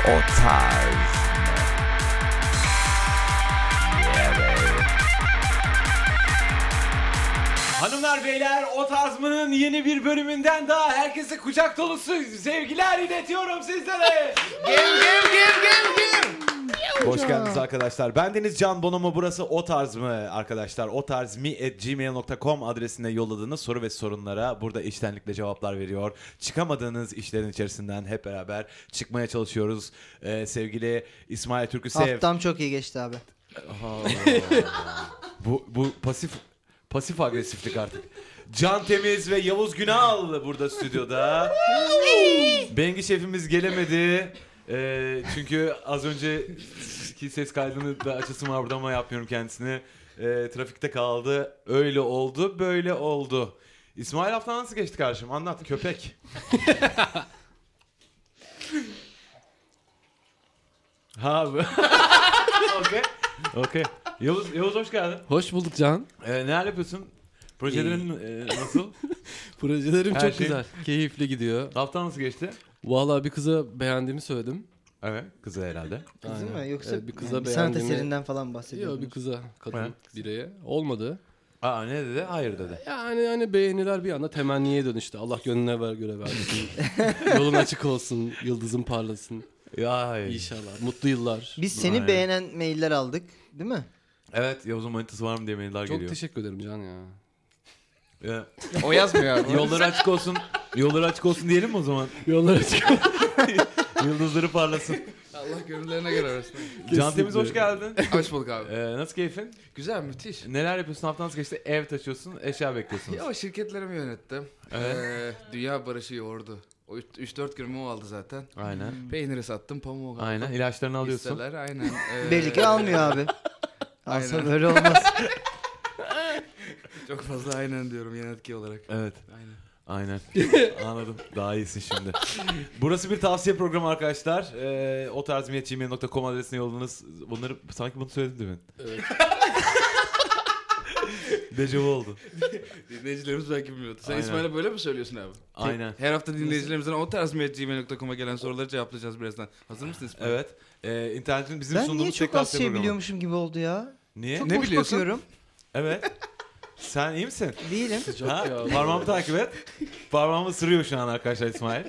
O tarz. Hanımlar beyler, O Tarz mı'nın yeni bir bölümünden daha herkese kucak dolusu sevgiler iletiyorum sizlere. Hoş geldiniz arkadaşlar. Bendeniz Can Bonomo, burası O Tarz mı arkadaşlar. otarzmi@gmail.com adresine yolladığınız soru ve sorunlara burada içtenlikle cevaplar veriyor. Çıkamadığınız işlerin içerisinden hep beraber çıkmaya çalışıyoruz. Sevgili İsmail Türküsev. Haftam çok iyi geçti abi. Bu pasif agresiflik artık. Can Temiz ve Yavuz Günal burada stüdyoda. Bengi şefimiz gelemedi. Çünkü az önceki ses kaydını da açısım var burada ama yapmıyorum kendisini. Trafikte kaldı. Öyle oldu, böyle oldu. İsmail hafta nasıl geçti kardeşim? Anlat, köpek. Ha bu. Okey. Yavuz hoş geldin. Hoş bulduk Can. Neler yapıyorsun? Projelerin nasıl? Projelerim Her çok şey- güzel. Keyifli gidiyor. Hafta nasıl geçti? Vallahi bir kıza beğendiğimi söyledim. Evet, kızı herhalde. Kızı Aynen. mı yoksa Evet, bir kıza yani bir sanat beğendiğimi... eserinden falan bahsediyorsunuz? Yok, bir kıza, kadın Evet. bireye. Olmadı. Aa, ne dedi? Hayır dedi. Yani hani beğeniler bir anda temenniye dönüştü. Allah gönlüne göre versin. Yolun açık olsun, yıldızın parlasın. Ya. İnşallah. Mutlu yıllar. Biz seni Aynen. beğenen mailler aldık, değil mi? Evet, Yavuz'un manitası var mı diye mailler Çok geliyor. teşekkür ederim Can ya. Ya. O yazmıyor abi. Yolları açık olsun. Yolları açık olsun diyelim mi o zaman? Yollar açık. Yıldızları parlasın. Allah gönüllerine göre arasında. Can Temiz hoş geldin. Hoş bulduk abi. Nasıl keyfin? Güzel, müthiş. Neler yapıyorsun? Hafta nasıl geçti? Ev taşıyorsun, eşya bekliyorsunuz. Ya şirketlerimi yönettim. Evet. Dünya barışı yoğurdu. O 3-4 günümü o aldı zaten. Aynen. Peyniri sattım, pamuğu aldım. Aynen. İlaçlarını alıyorsun. Hisseler, aynen. Belli ki almıyor abi. Alsa Aynen. böyle olmaz. Çok fazla aynen diyorum yan etki olarak. Evet. Aynen. Aynen. Anladım. Daha iyisin şimdi. Burası bir tavsiye programı arkadaşlar. otarzmi@gmail.com adresine yolladınız. Bunları sanki bunu söyledim değil mi? Evet. Dejavu oldu. Dinleyicilerimiz belki bilmiyordu. Sen Aynen. İsmail'e böyle mi söylüyorsun abi? Aynen. Her hafta dinleyicilerimizden otarzmi@gmail.com'a gelen soruları cevaplayacağız birazdan. Hazır mısın İsmail? Evet. İnternetin bizim Ben niye sunduğumuz çok tek az tavsiye şey programı. biliyormuşum gibi oldu ya? Niye? Çok Ne boş biliyorsun? bakıyorum. Evet. Sen iyi misin? Değilim. Sıcak Ha? ya. Parmağımı takip et. Parmağımı ısırıyor şu an arkadaşlar İsmail.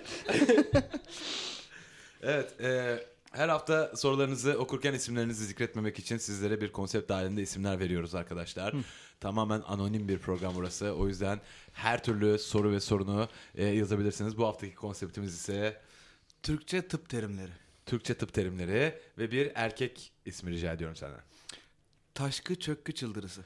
Evet. Her hafta sorularınızı okurken isimlerinizi zikretmemek için sizlere bir konsept dahilinde isimler veriyoruz arkadaşlar. Tamamen anonim bir program burası. O yüzden her türlü soru ve sorunu yazabilirsiniz. Bu haftaki konseptimiz ise Türkçe tıp terimleri. Türkçe tıp terimleri ve bir erkek ismi rica ediyorum senden. Taşkı çökkü çıldırısı.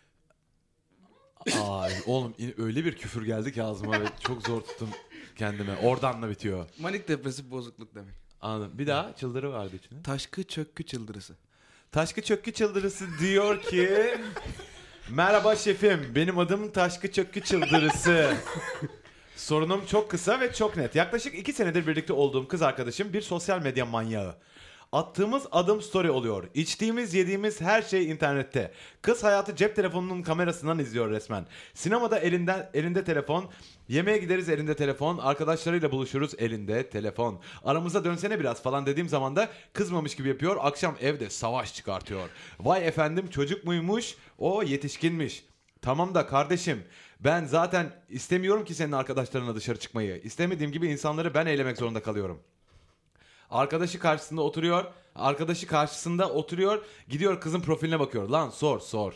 Ay oğlum öyle bir küfür geldi ki ağzıma ve çok zor tuttum kendime. Oradan da bitiyor. Manik depresif bozukluk demek. Anladım. Bir daha çıldırı vardı içinde. Taşkı çökkü çıldırısı. Taşkı Çökkü Çıldırısı diyor ki merhaba şefim, benim adım Taşkı Çökkü Çıldırısı. Sorunum çok kısa ve çok net. Yaklaşık 2 senedir birlikte olduğum kız arkadaşım bir sosyal medya manyağı. Attığımız adım story oluyor. İçtiğimiz, yediğimiz her şey internette. Kız hayatı cep telefonunun kamerasından izliyor resmen. Sinemada elinde telefon. Yemeğe gideriz, elinde telefon. Arkadaşlarıyla buluşuruz, elinde telefon. Aramıza dönsene biraz falan dediğim zaman da kızmamış gibi yapıyor. Akşam evde savaş çıkartıyor. Vay efendim, çocuk muymuş? O yetişkinmiş. Tamam da kardeşim, ben zaten istemiyorum ki senin arkadaşlarına dışarı çıkmayı. İstemediğim gibi insanları ben eylemek zorunda kalıyorum. Arkadaşı karşısında oturuyor, gidiyor kızın profiline bakıyor. Lan sor.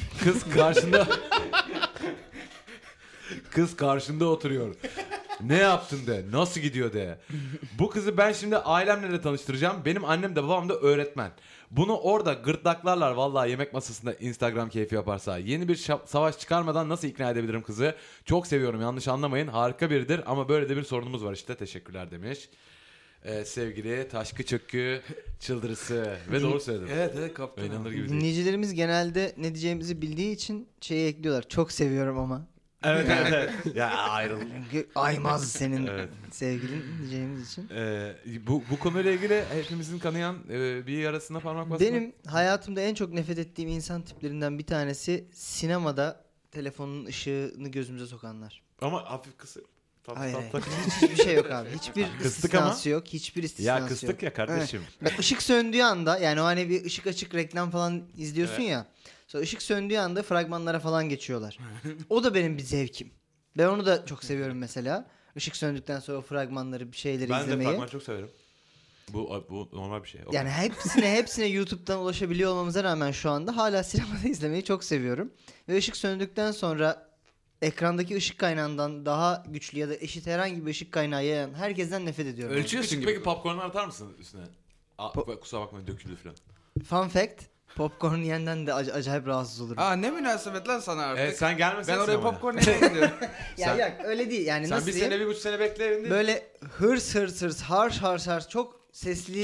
Kız karşında oturuyor. Ne yaptın de, nasıl gidiyor de. Bu kızı ben şimdi ailemle de tanıştıracağım. Benim annem de babam da öğretmen. Bunu orada gırtlaklarlar vallahi yemek masasında Instagram keyfi yaparsa. Yeni bir savaş çıkarmadan nasıl ikna edebilirim kızı? Çok seviyorum, yanlış anlamayın. Harika biridir ama böyle de bir sorunumuz var işte. Teşekkürler demiş. Sevgili Taşkı Çökkü Çıldırısı. Ve doğru söyledim. Evet kaptan. İnanılır gibi değil. Dinleyicilerimiz genelde ne diyeceğimizi bildiği için şeyi ekliyorlar. Çok seviyorum ama. Evet. Ya ayrıl. Çünkü aymaz senin Evet. sevgilin diyeceğimiz için. Bu konuyla ilgili hepimizin kanayan bir yarasına parmak basmak. Benim hayatımda en çok nefret ettiğim insan tiplerinden bir tanesi sinemada telefonun ışığını gözümüze sokanlar. Ama hafif kısa. Hayır. Hiçbir şey yok abi. Hiçbir Kıstık ama. istisnası yok. Hiçbir istisnası Ya kıstık yok. ya kardeşim. Bak ışık söndüğü anda yani o hani bir ışık açık reklam falan izliyorsun ya. Sonra ışık söndüğü anda fragmanlara falan geçiyorlar. O da benim bir zevkim. Ben onu da çok seviyorum mesela. Işık söndükten sonra o fragmanları bir şeyleri Ben de izlemeyi. fragmanı çok severim. Bu normal bir şey. Okay. Yani hepsine YouTube'dan ulaşabiliyor olmamıza rağmen şu anda hala sinemada izlemeyi çok seviyorum. Ve ışık söndükten sonra ekrandaki ışık kaynağından daha güçlü ya da eşit herhangi bir ışık kaynağı yayan herkesten nefret ediyorum. Ölçüyorsun Küçük gibi. peki popcorn'u atar mısın üstüne? Kusura bakmayın döküldü falan. Fun fact. Popcorn yiyenden de acayip rahatsız olurum. Aa ne münasebet lan sana artık. Sen gelmesin. Ben oraya popcorn yemeye gidiyorum. Ya yok öyle değil yani Sen nasıl bir diyeyim? sene 1,5 sene bekle evinde. Böyle hırs harş çok sesli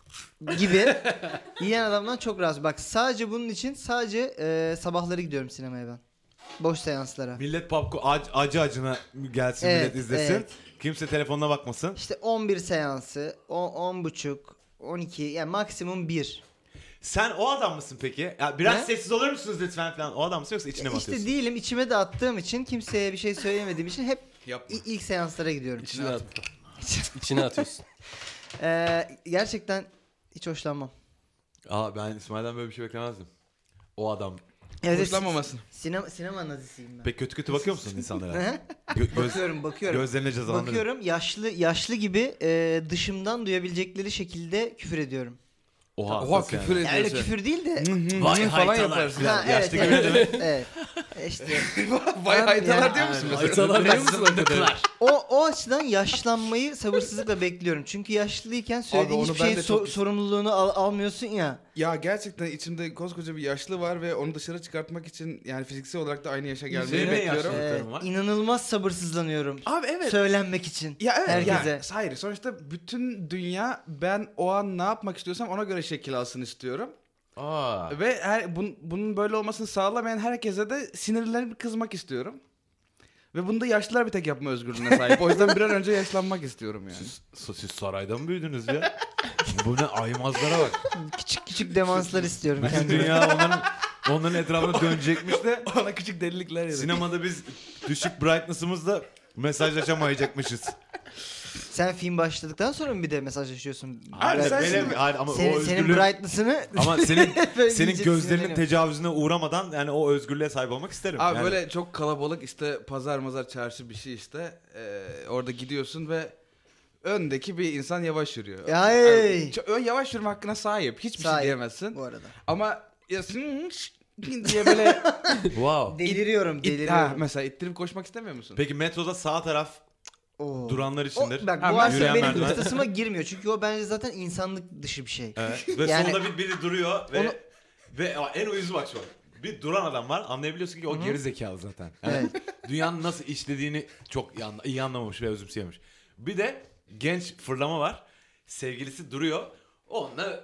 gibi yiyen adamdan çok rahatsız. Bak sadece bunun için sabahları gidiyorum sinemaya ben. Boş seanslara. Millet popcorn acı acına gelsin Evet, millet izlesin. evet. Kimse telefonuna bakmasın. İşte 11 seansı, 10.30, 12 yani maksimum 1. Sen o adam mısın peki? Ya biraz Ne? sessiz olur musunuz lütfen falan. O adam mısın yoksa içine mi İşte atıyorsun? değilim içime de attığım için kimseye bir şey söyleyemediğim için hep Yapma. ilk seanslara gidiyorum. İçine at. İçine atıyorsun. Gerçekten hiç hoşlanmam. Ben İsmail'den böyle bir şey beklemezdim. O adam. Evet, Hoşlanmamasın. Sinema nazisiyim ben. Pek kötü bakıyor musun insanlara? Hı? Bakıyorum. Gözlerine cezalandırın. Bakıyorum yaşlı gibi dışımdan duyabilecekleri şekilde küfür ediyorum. Oha Oha küfür Yani öyle ediyorsun. küfür değil de. Vay falan haytalar. yaparsın. Ha, Yaşlı evet, gibi evet, ne demek? evet. İşte Vay Yani- haytalar diyor musun mesela? Haytalar Biliyor musun? o açıdan yaşlanmayı sabırsızlıkla bekliyorum. Çünkü yaşlıyken söylediğin onu hiçbir ben şeyin de çok sorumluluğunu almıyorsun ya. Ya gerçekten içimde koskoca bir yaşlı var ve onu dışarı çıkartmak için yani fiziksel olarak da aynı yaşa gelmeyi Senin de bekliyorum. yaşlı. Sorunlarım var. İnanılmaz sabırsızlanıyorum. Abi evet. Söylenmek için. Ya evet herkese. ya hayır sonuçta bütün dünya ben o an ne yapmak istiyorsam ona göre şekil alsın istiyorum. Aa. Ve bunun böyle olmasını sağlamayan herkese de sinirlenip kızmak istiyorum. Ve bunu da yaşlılar bir tek yapma özgürlüğüne sahip. O yüzden bir an önce yaşlanmak istiyorum yani. Siz sarayda mı büyüdünüz ya? Bu ne aymazlara bak. Küçük demanslar istiyorum Bütün kendime. dünya onların etrafına dönecekmiş de Ona küçük delilikler yedim. sinemada biz düşük brightness'ımızla mesajlaşamayacakmışız. Sen film başladıktan sonra mı bir de mesajlaşıyorsun? Abi sen Hayır, şimdi- hayır, ama o Senin özgürlüğü... brightness'ını Ama Böyle senin iyice gözlerinin sinirleniyorum. tecavüzüne uğramadan yani o özgürlüğe sahip olmak isterim. Abi yani, böyle çok kalabalık işte pazar mazar çarşı bir şey işte. Orada gidiyorsun ve öndeki bir insan yavaş yürüyor. Ay. Ön yavaş yürüme hakkına sahip. Hiçbir şey Sahip. diyemezsin. bu arada. Ama ya diye böyle Wow. Deliriyorum. mesela ittirip koşmak istemiyor musun? Peki metroda sağ taraf Oo. duranlar içindir. Bak Ha, bu aslında yürüyen benim merdiven. kıstasıma girmiyor. Çünkü o bence zaten insanlık dışı bir şey. Evet. Ve Yani- solda biri duruyor ve Onu- en uyuzu bak şu an. Bir duran adam var. Anlayabiliyorsun ki o geri zekalı zaten. Yani dünyanın nasıl işlediğini çok iyi anlamamış ve özümseyemiş. Bir de genç fırlama var. Sevgilisi duruyor. Onunla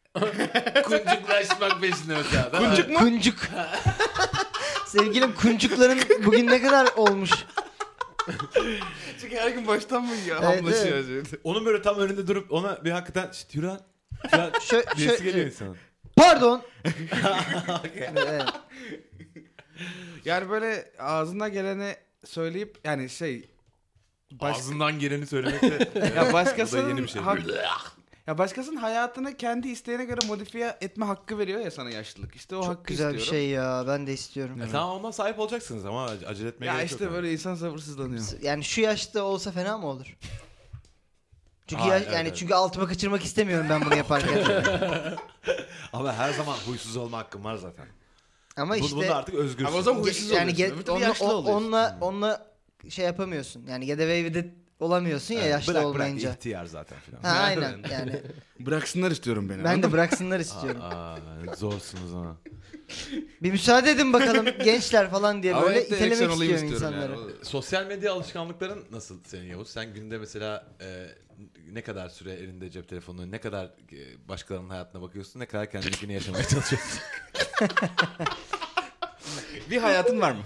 kuncuklaşmak peşinde mesela. Kuncuk mu? Kuncuk. Sevgilim kuncukların bugün ne kadar olmuş? Çünkü her gün baştan mı Evet, hamlaşıyor? Onun böyle tam önünde durup ona bir hakikaten şşt yürü lan. Falan diyesi geliyor insanın. Pardon. Evet. Yani böyle ağzına geleni söyleyip yani Ağzından geleni söylemek de ya bu başkasının da yeni bir şey. ya başkasının hayatını kendi isteğine göre modifiye etme hakkı veriyor ya sana yaşlılık. İşte o Çok hakkı güzel bir istiyorum. şey ya. Ben de istiyorum. Tamam ondan sahip olacaksınız ama acele etmeye Ya gerek işte yok. böyle insan sabırsızlanıyor. Yani şu yaşta olsa fena mı olur? Çünkü Ha, evet, yani evet. çünkü altıma kaçırmak istemiyorum ben bunu yaparken. Ama her zaman huysuz olma hakkım var zaten. Ama işte Bunda artık özgürsün. Ama o zaman huysuz yani oluyorsun. Öbür türlü yaşlı oluyorsun. onunla şey yapamıyorsun. Yani get away with it olamıyorsun ya Evet, yaşlı bırak, olmayınca. Bırak ihtiyar zaten filan. Ha, aynen yani. Bıraksınlar istiyorum beni. Ben de bıraksınlar istiyorum. Zorsunuz ha. Bir müsaade edin bakalım gençler falan diye Ama böyle hep de itelemek action olayım istiyorum istiyorum insanları. yani. Sosyal medya alışkanlıkların nasıl senin Yavuz? Sen günde mesela ne kadar süre elinde cep telefonu, ne kadar başkalarının hayatına bakıyorsun, ne kadar kendininkini yaşamaya çalışıyorsun? Bir hayatın var mı?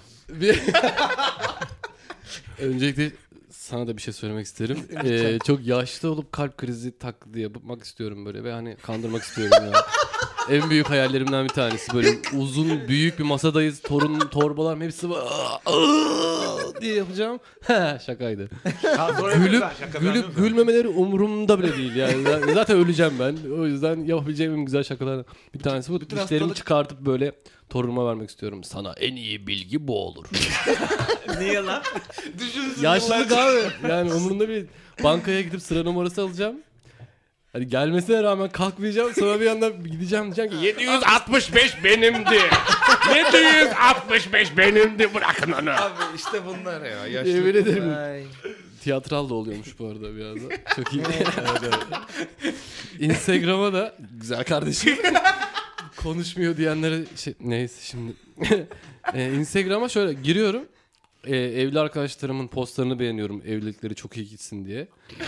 Öncelikle sana da bir şey söylemek isterim. Çok yaşlı olup kalp krizi taklidi yapmak istiyorum böyle ve hani kandırmak istiyorum ya. En büyük hayallerimden bir tanesi. Böyle uzun büyük bir masadayız. Torbalarım hepsi var. Diye yapacağım. Şakaydı. Gülüp gülmemeleri umurumda bile değil yani. Zaten öleceğim ben. O yüzden yapabileceğim en güzel şakalardan bir tanesi bu. Dişlerimi çıkartıp böyle torunuma vermek istiyorum. Sana en iyi bilgi bu olur. Niye lan? Yaşlılık abi. Yani umurumda bir bankaya gidip sıra numarası alacağım. Hani gelmesine rağmen kalkmayacağım. Sonra bir yandan gideceğim diyeceğim ki 765 benimdi. 765 benimdi. Bırakın onu. Abi işte bunlar ya. Yemin ederim. Ay. Tiyatral da oluyormuş bu arada bir anda. Çok iyi. Instagram'a da güzel kardeşim. Konuşmuyor diyenlere neyse şimdi. Instagram'a şöyle giriyorum. Evli arkadaşlarımın postlarını beğeniyorum. Evlilikleri çok iyi gitsin diye.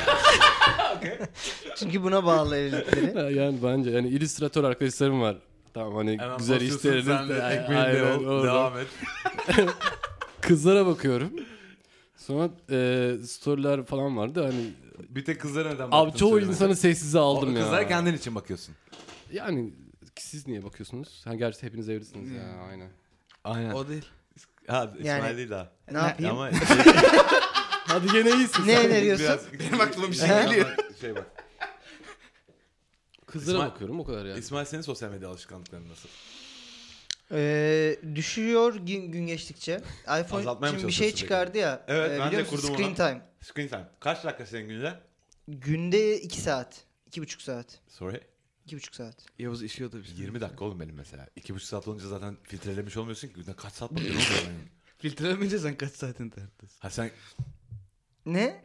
Çünkü buna bağlı evlilikleri. Yani bence yani illüstratör arkadaşlarım var. Tamam hani Hemen güzel basıyorsun, işleriniz sen de ekmeğinde Aynen, ol, oradan. devam et. Kızlara bakıyorum. Sonra storyler falan vardı hani. Bir tek kızlara neden baktın? Abi çoğu söyleme. insanı sessize aldım ya. Kızlara kendin için bakıyorsun. Yani siz niye bakıyorsunuz? Ha, gerçi hepiniz evlisiniz ya aynen. Aynen. O değil. Ha, İsmail Yani- değil daha. Ne yapayım? Ama Hadi gene iyisin. Ne öneriyorsun? Benim aklıma bir şey Ama geliyor. şey bak. Kızlara İsmail- bakıyorum o kadar yani. İsmail senin sosyal medya alışkanlıkların nasıl? Düşüyor gün geçtikçe. iPhone Azaltmaya mı şimdi bir şey çalışıyorsun çıkardı ya. Evet, ben biliyor de musun? kurdum Screen onu. time. Screen time. Kaç dakika senin günde? Günde 2 saat. 2,5 saat. Sorry. 2,5 saat. Yavuz işiyordu işte. 20 dakika oğlum benim mesela. 2,5 saat olunca zaten filtrelemiş olmuyorsun ki. Günde kaç saat bakıyorsun oğlum benim? Filtrelemeyince sen kaç saat internettesin? Ha sen Ne?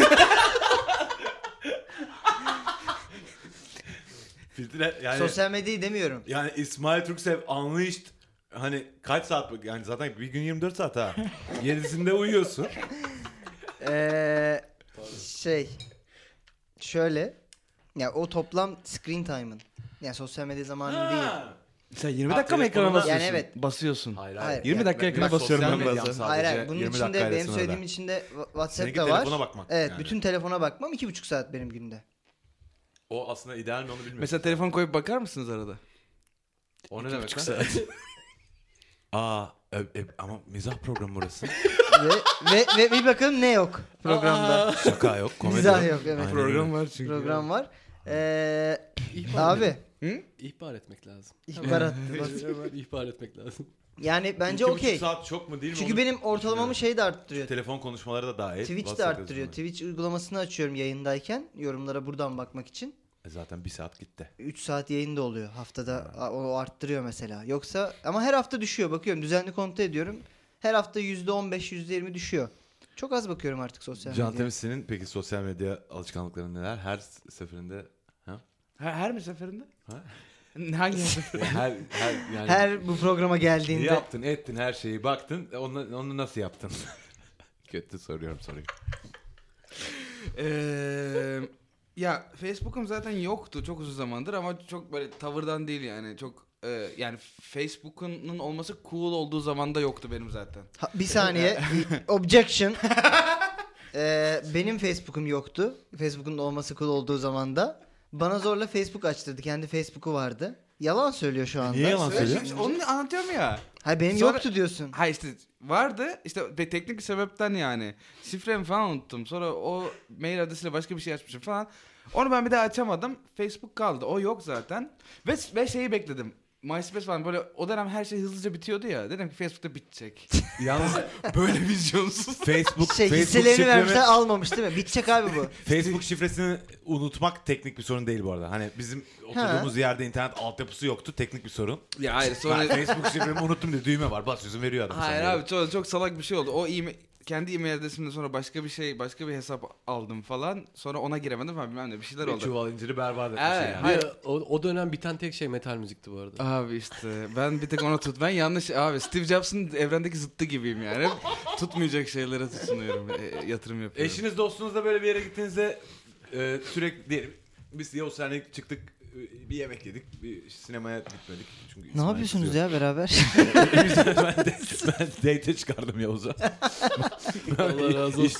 filtre yani Sosyal medyayı demiyorum. yani İsmail Türksev Unleashed hani kaç saat bak yani zaten bir gün 24 saat ha. 7'sinde uyuyorsun. Şey. Şöyle. Ya o toplam screen time'ın. Yani sosyal medya zamanı değil. Ha. Sen 20 Ha, dakika mı ekrana telefonuna- basıyorsun? Yani evet. Basıyorsun. Hayır Hayır. 20 dakika ekrana Bak, basıyorum sosyal ben medyam bazen. sadece Hayır. Bunun 20 içinde dakikayla benim sınırlı. söylediğim içinde WhatsApp Seninki da var. telefona bakmak Evet. yani. Bütün telefona bakmam 2,5 saat benim günde. O aslında ideal mi onu bilmiyorum. Mesela telefon koyup bakar mısınız arada? o ne demek lan? Aa ama mizah programı burası. ve bir bakalım ne yok programda. Şaka yok, komedi Mizah yok, evet. Aynen Program öyle. var çünkü. Program var. İhbar Abi. İhbar etmek lazım. İhbar attı. İhbar etmek lazım. Yani bence 2,5 okey. saat çok mu değil mi? Çünkü onu benim ortalamamı şey de arttırıyor. telefon konuşmaları da dahil. Twitch de WhatsApp arttırıyor. yazılımı. Twitch uygulamasını açıyorum yayındayken. Yorumlara buradan bakmak için. Zaten bir saat gitti. 3 saat yayında oluyor haftada. O arttırıyor mesela. Yoksa ama her hafta düşüyor. Bakıyorum düzenli kontrol ediyorum. Her hafta %15, %20 düşüyor. Çok az bakıyorum artık sosyal Can medyaya. Temiz senin peki sosyal medya alışkanlıkların neler? Her seferinde Her mi seferinde? Ha? Hangi seferinde? her yani Her bu programa geldiğinde yaptın, ettin her şeyi, baktın. Onu nasıl yaptın? Kötü soruyorum soruyu. Ya Facebook'um zaten yoktu çok uzun zamandır ama çok böyle tavırdan değil yani çok yani Facebook'un olması cool olduğu zaman da yoktu benim zaten. Bir saniye. Objection. Benim Facebook'um yoktu. Facebook'un olması cool olduğu zaman da. Bana zorla Facebook açtırdı. Kendi Facebook'u vardı. Yalan söylüyor şu anda. Niye yalan söylüyor? İşte onu anlatıyorum ya. Hayır benim Sonra- yoktu diyorsun. Ha işte vardı işte teknik bir sebepten yani. Şifremi falan unuttum. Sonra o mail adresiyle başka bir şey açmışım falan. Onu ben bir daha açamadım. Facebook kaldı. O yok zaten. Ve şeyi bekledim. MySpace falan böyle o dönem her şey hızlıca bitiyordu ya. Dedim ki Facebook'ta bitecek. Yalnız Böyle vizyonsuz. Facebook Hisselerini vermişler almamış değil mi? Bitecek abi bu. Facebook şifresini unutmak teknik bir sorun değil bu arada. Hani bizim oturduğumuz yerde internet altyapısı yoktu. Teknik bir sorun. Ya hayır Ben sonra... Facebook şifremi unuttum diye düğme var. Basıyorsun veriyor adam. Hayır sana. abi çok salak bir şey oldu. O kendi e-mail adresimde sonra başka bir hesap aldım falan. Sonra ona giremedim falan bilmem ne bir şeyler Bir oldu. çuval inciri berbat etmiş Evet, yani. hayır. O dönem biten tek şey metal müzikti bu arada. Abi işte ben bir tek ona ben yanlış abi Steve Jobs'ın evrendeki zıttı gibiyim yani. Tutmayacak şeylere tutunuyorum. Yatırım yapıyorum. Eşiniz dostunuzla böyle bir yere gittiğinizde sürekli diyelim biz Yavuz Sen'le çıktık bir yemek yedik bir sinemaya gitmedik. Çünkü Ne İsmail yapıyorsunuz kızıyor. ya beraber? ben date'e çıkardım Yavuz'a. Allah razı olsun.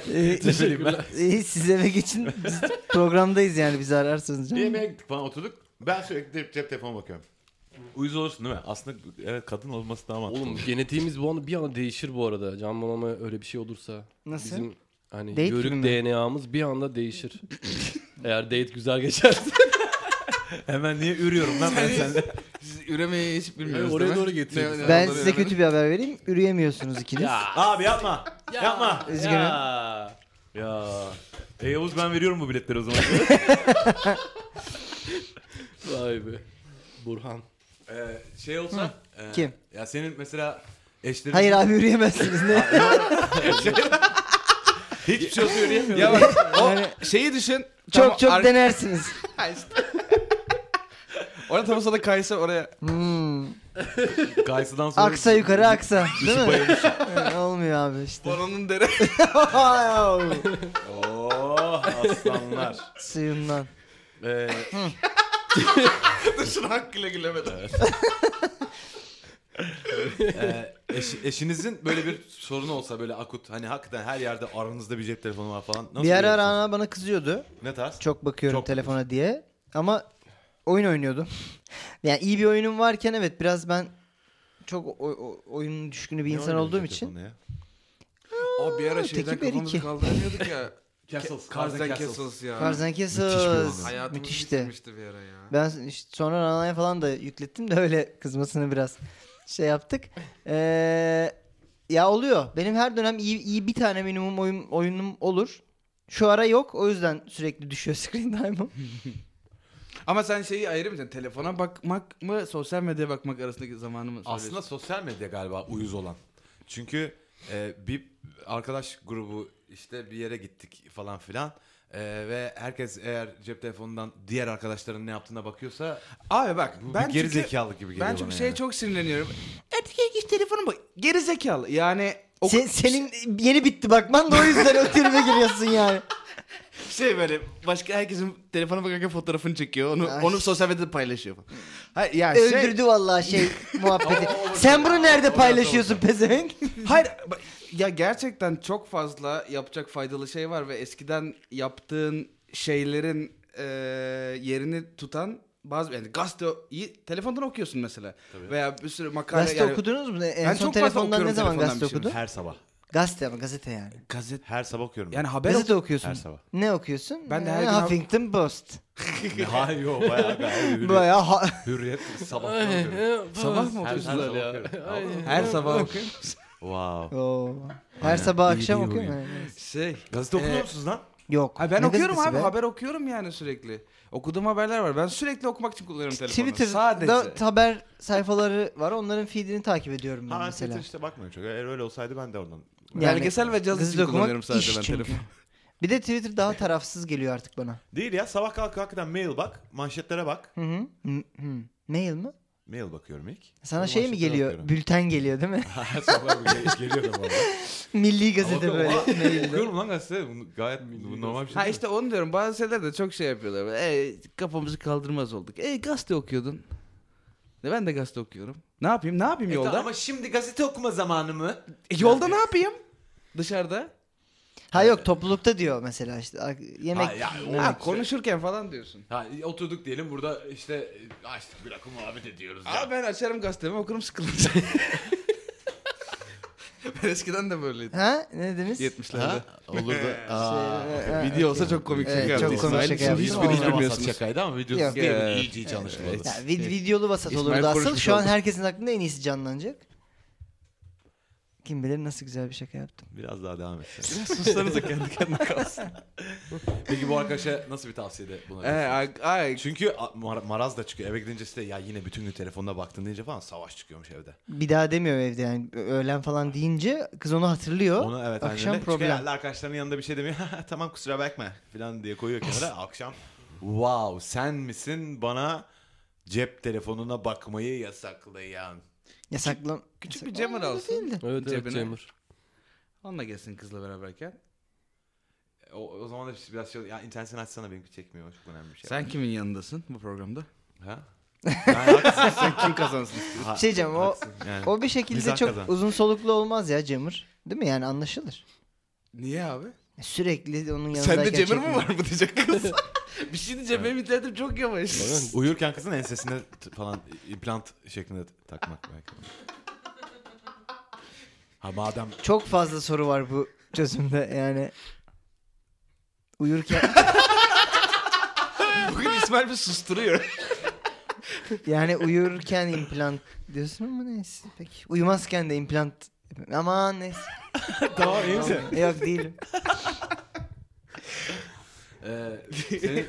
Teşekkürler. İyi siz eve geçin. Biz programdayız yani bizi ararsınız. Bir yemeğe gittik falan oturduk. Ben sürekli cep telefonu bakıyorum. Uyuz olursun değil mi? Aslında evet, kadın olması daha mantıklı. Oğlum genetiğimiz bu anda bir anda değişir bu arada. Can Bonomo öyle bir şey olursa. Nasıl? Bizim hani Date yörük filmi. DNA'mız bir anda değişir. Eğer date güzel geçerse. Hemen niye ürüyorum lan ben sende? Siz üremeyi hiç bilmiyorsunuz Oraya değil mi? doğru getiriyoruz. Ne- Ben ne- size ne- kötü bir haber vereyim. Üreyemiyorsunuz ikiniz. Abi yapma. Yapma. Üzgünüm. Ya. Yavuz ben veriyorum bu biletleri o zaman. Vay be. Burhan. Şey olsa. Kim? Ya senin mesela eşlerin. Hayır abi üreyemezsiniz. Ne? Hiçbir şey olsa yürüyemiyorum. Ya bak o Yani- şeyi düşün. Çok tam ar- denersiniz. Orada tam o sırada kaysa oraya. Kayısıdan sonra. Aksa yukarı aksa. Değil mi? bayılmış. Evet, olmuyor abi işte. Bono'nun dere. Oh aslanlar. Suyundan. Şunu hakkıyla gülemedim. Eşinizin böyle bir sorunu olsa böyle akut hani hakikaten her yerde aranızda bir cep telefonu var falan. Nasıl Bir ara görüyorsunuz? Rana bana kızıyordu. Ne tarz? Çok bakıyorum Çok telefona diye. Ama oyun oynuyordum. Yani iyi bir oyunum varken evet biraz ben çok oyun düşkünü bir Ne insan oynuyorsun olduğum cep için. telefonla ya? O bir ara Öteki şeyden bir kafamızı iki. kaldıramıyorduk ya. Castles. Cards and Castles ya. Cards and Müthiş bir oyun. Castles. Hayatımız Müthişti. bitirmişti bir ara ya. Ben işte sonra Rana'ya falan da yüklettim de öyle kızmasını biraz şey yaptık. Ya oluyor. Benim her dönem iyi bir tane minimum oyunum olur. Şu ara yok. O yüzden sürekli düşüyor screen time'ım. Ama sen şeyi ayrı mısın? Telefona bakmak mı, sosyal medyaya bakmak arasındaki zamanı mı Aslında söylüyorsun? sosyal medya galiba uyuz olan. Çünkü bir arkadaş grubu işte bir yere gittik falan filan. Ve herkes eğer cep telefonundan diğer arkadaşların ne yaptığına bakıyorsa Abi bak bu ben bir geri çünkü- zekalı gibi geliyor Ben bana çünkü şeye yani. çok sinirleniyorum. Erkek telefonu bak. Geri zekalı. Yani Senin yeni bitti bakman da o yüzden o tribe giriyorsun yani. şey böyle başka herkesin telefona bakarken fotoğrafını çekiyor. Ay. Onu sosyal medyada paylaşıyor falan. Hayır ya şey Öldürdü vallahi muhabbeti. Sen bunu nerede paylaşıyorsun pezevenk? hayır ya gerçekten çok fazla yapacak faydalı şey var ve eskiden yaptığın şeylerin yerini tutan bazı yani gazeteyi telefondan okuyorsun mesela. Tabii. Veya bir sürü makale Gazete yani okudunuz mu? En Ben son çok fazla telefondan ne okuyorum zaman telefondan gazete bir şey. okudun? Her sabah. Gazete ama gazete yani. Her sabah okuyorum. yani haber Gazete okuyorsun. Her sabah. Ne okuyorsun? Ben de her gün Huffington Post. Hayır yok bayağı gayet Bayağı hürriyet sabah okuyorum. sabah mı Her okuyorsun? sabah ya. okuyorum. Her sabah okuyorum. Wow. Oo. Her Aynen. sabah İyi akşam değil okuyor bugün. musun? Şey. Gazete okuyor musunuz lan? Yok. Ha ben Ne okuyorum gazetesi abi. be? Haber okuyorum yani sürekli. Okuduğum haberler var. Ben sürekli okumak için kullanıyorum telefonu. Twitter'da Sadece. haber sayfaları var. Onların feedini takip ediyorum ben Ha mesela. Twitter işte bakmıyorum çok. Eğer öyle olsaydı ben de oradan. Belgesel ve caz gazete için okumak kullanıyorum sadece iş ben çünkü. telefonu. Bir de Twitter daha tarafsız geliyor artık bana. Değil ya sabah kalk hakikaten mail bak. Manşetlere bak. Hı hı. Mail mi? Mail bakıyorum ilk. Sana Sonra şey mi manşetlere geliyor? bakıyorum. Bülten geliyor değil mi? Her sabah geliyor da bu arada. Milli gazete böyle. mailde. Okuyorum lan gazete. Bu gayet bu normal bir şey Ha değil mi? işte onu diyorum. Bazı şeyler de çok şey yapıyorlar. Böyle, kafamızı kaldırmaz olduk. Gazete okuyordun. Ben de gazete okuyorum. Ne yapayım? Ne yapayım yolda? Ama şimdi gazete okuma zamanı mı? Yolda ne yapayım? Dışarıda. Ha yok toplulukta diyor mesela işte yemek. Ha, ya, yemek. Ha konuşurken falan diyorsun. Ha oturduk diyelim burada işte açtık bir rakı muhabbet ediyoruz ya. Abi ben açarım gazetemi okurum sıkılınca. Ben eskiden de böyleydim. Ha ne dediniz? 70'lerde. Olur da. Video olsa çok komik Evet, şaka çok yaptı. komik İsmail. şaka yaptı. Hiç Ama- bilmiyorsunuz. şakaydı ama videosu Yok. değil. Evet. İyice hiç anlaşılmadı. Ya, videolu vasat İsmail olurdu asıl. konuşmuş Şu an oldu. herkesin aklında en iyisi canlanacak. Kim bilir nasıl güzel bir şaka yaptım. Biraz daha devam et. Sussanıza kendi kendine kalsın. Peki bu arkadaşa nasıl bir tavsiyede bulunabilirsin? Ay, Çünkü maraz da çıkıyor. Eve gidince işte ya yine bütün gün telefonuna baktın deyince falan savaş çıkıyormuş evde. Bir daha demiyor evde yani öğlen falan deyince kız onu hatırlıyor. Onu evet Akşam annene. Çünkü problem. herhalde arkadaşlarının yanında bir şey demiyor. Tamam kusura bakma falan diye koyuyor kenara. Akşam wow sen misin bana cep telefonuna bakmayı yasaklayan? Yasaklan. küçük bir jammer alsın. Evet Cebine. Cemur. Onunla gelsin kızla beraberken. O zaman da biraz şey ya internetini açsana benimki çekmiyor. Çok önemli bir şey. Sen kimin yanındasın bu programda? Ha? Ben haklısın. Sen kim kazansın? Ha, Bir şey diyeceğim, o- haklısın yani. O bir şekilde Mizah çok kazan. uzun soluklu olmaz ya Cemur. Değil mi yani anlaşılır. Niye abi? Sürekli onun yanındayken Sende Cemil çekmiyor. mi var mı diyecek kız. Bir şey diyeceğim benim internetim çok yavaş. Uyurken kızın ensesine falan implant şeklinde takmak belki. Ha madem Çok fazla soru var bu çözümde yani. Uyurken Bugün İsmail bir susturuyor. yani uyurken implant diyorsun ama neyse peki. Uyumazken de implant aman neyse. tamam iyi misin? Yok değilim. Senin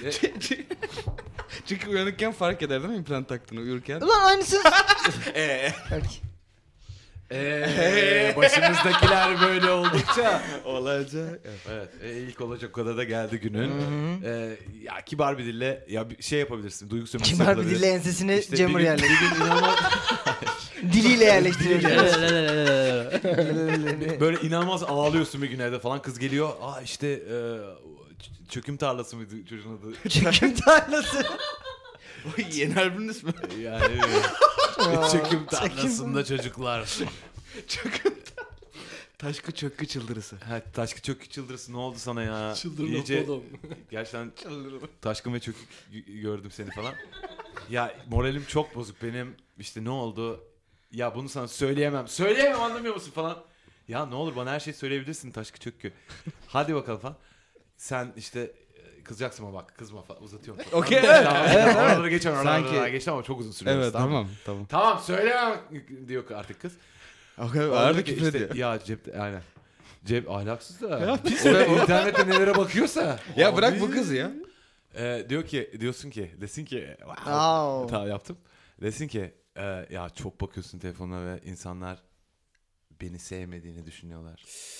Çünkü uyanıkken fark eder değil mi implant taktığını uyurken? Ulan aynısı. Peki. başımızdakiler böyle oldukça. Olacak. Evet ilk olacak kadar da geldi günün. Ya kibar bir dille ya bir şey yapabilirsin. Duygu sömürüsü Kibar bir yapılabilir. dille ensesine İşte Cemur bir gün- yerleşti. bir gün inanılmaz, Diliyle yerleştiriyor. böyle inanılmaz ağlıyorsun bir gün evde falan. Kız geliyor. Aa işte çöküm tarlası mıydı çocuğun adı? Çöküm tarlası. O yeni albümün ismi. Yani çöküm tarlasında çocuklar. Taşkı çökkü çıldırısı. Ha, Taşkı çökük çıldırısı ne oldu sana ya? Çıldırdım İyice oğlum. gerçekten taşkın ve çökük gördüm seni falan. Ya moralim çok bozuk benim. İşte ne oldu? Ya bunu sana söyleyemem. Söyleyemem anlamıyor musun falan. Ya ne olur bana her şeyi söyleyebilirsin Taşkı çökü. Hadi bakalım falan. Sen işte kızacaksın ama bak kızma falan uzatıyorum. Falan. Okey, evet. Tamam, Evet, oraları evet. geçemem. Sanki- Oraları geçtim ama çok uzun sürüyor. Evet tamam. tamam. Tamam söylemem diyor artık kız. Okay, Orada ağır da ki küfür işte, ediyor. ya cepte aynen. Cep ahlaksız da. Ya pis O be. internette nelere bakıyorsa. Ya bırak bu kızı ya. Desin ki wow, Wow. tamam yaptım. Desin ki ya çok bakıyorsun telefona ve insanlar beni sevmediğini düşünüyorlar.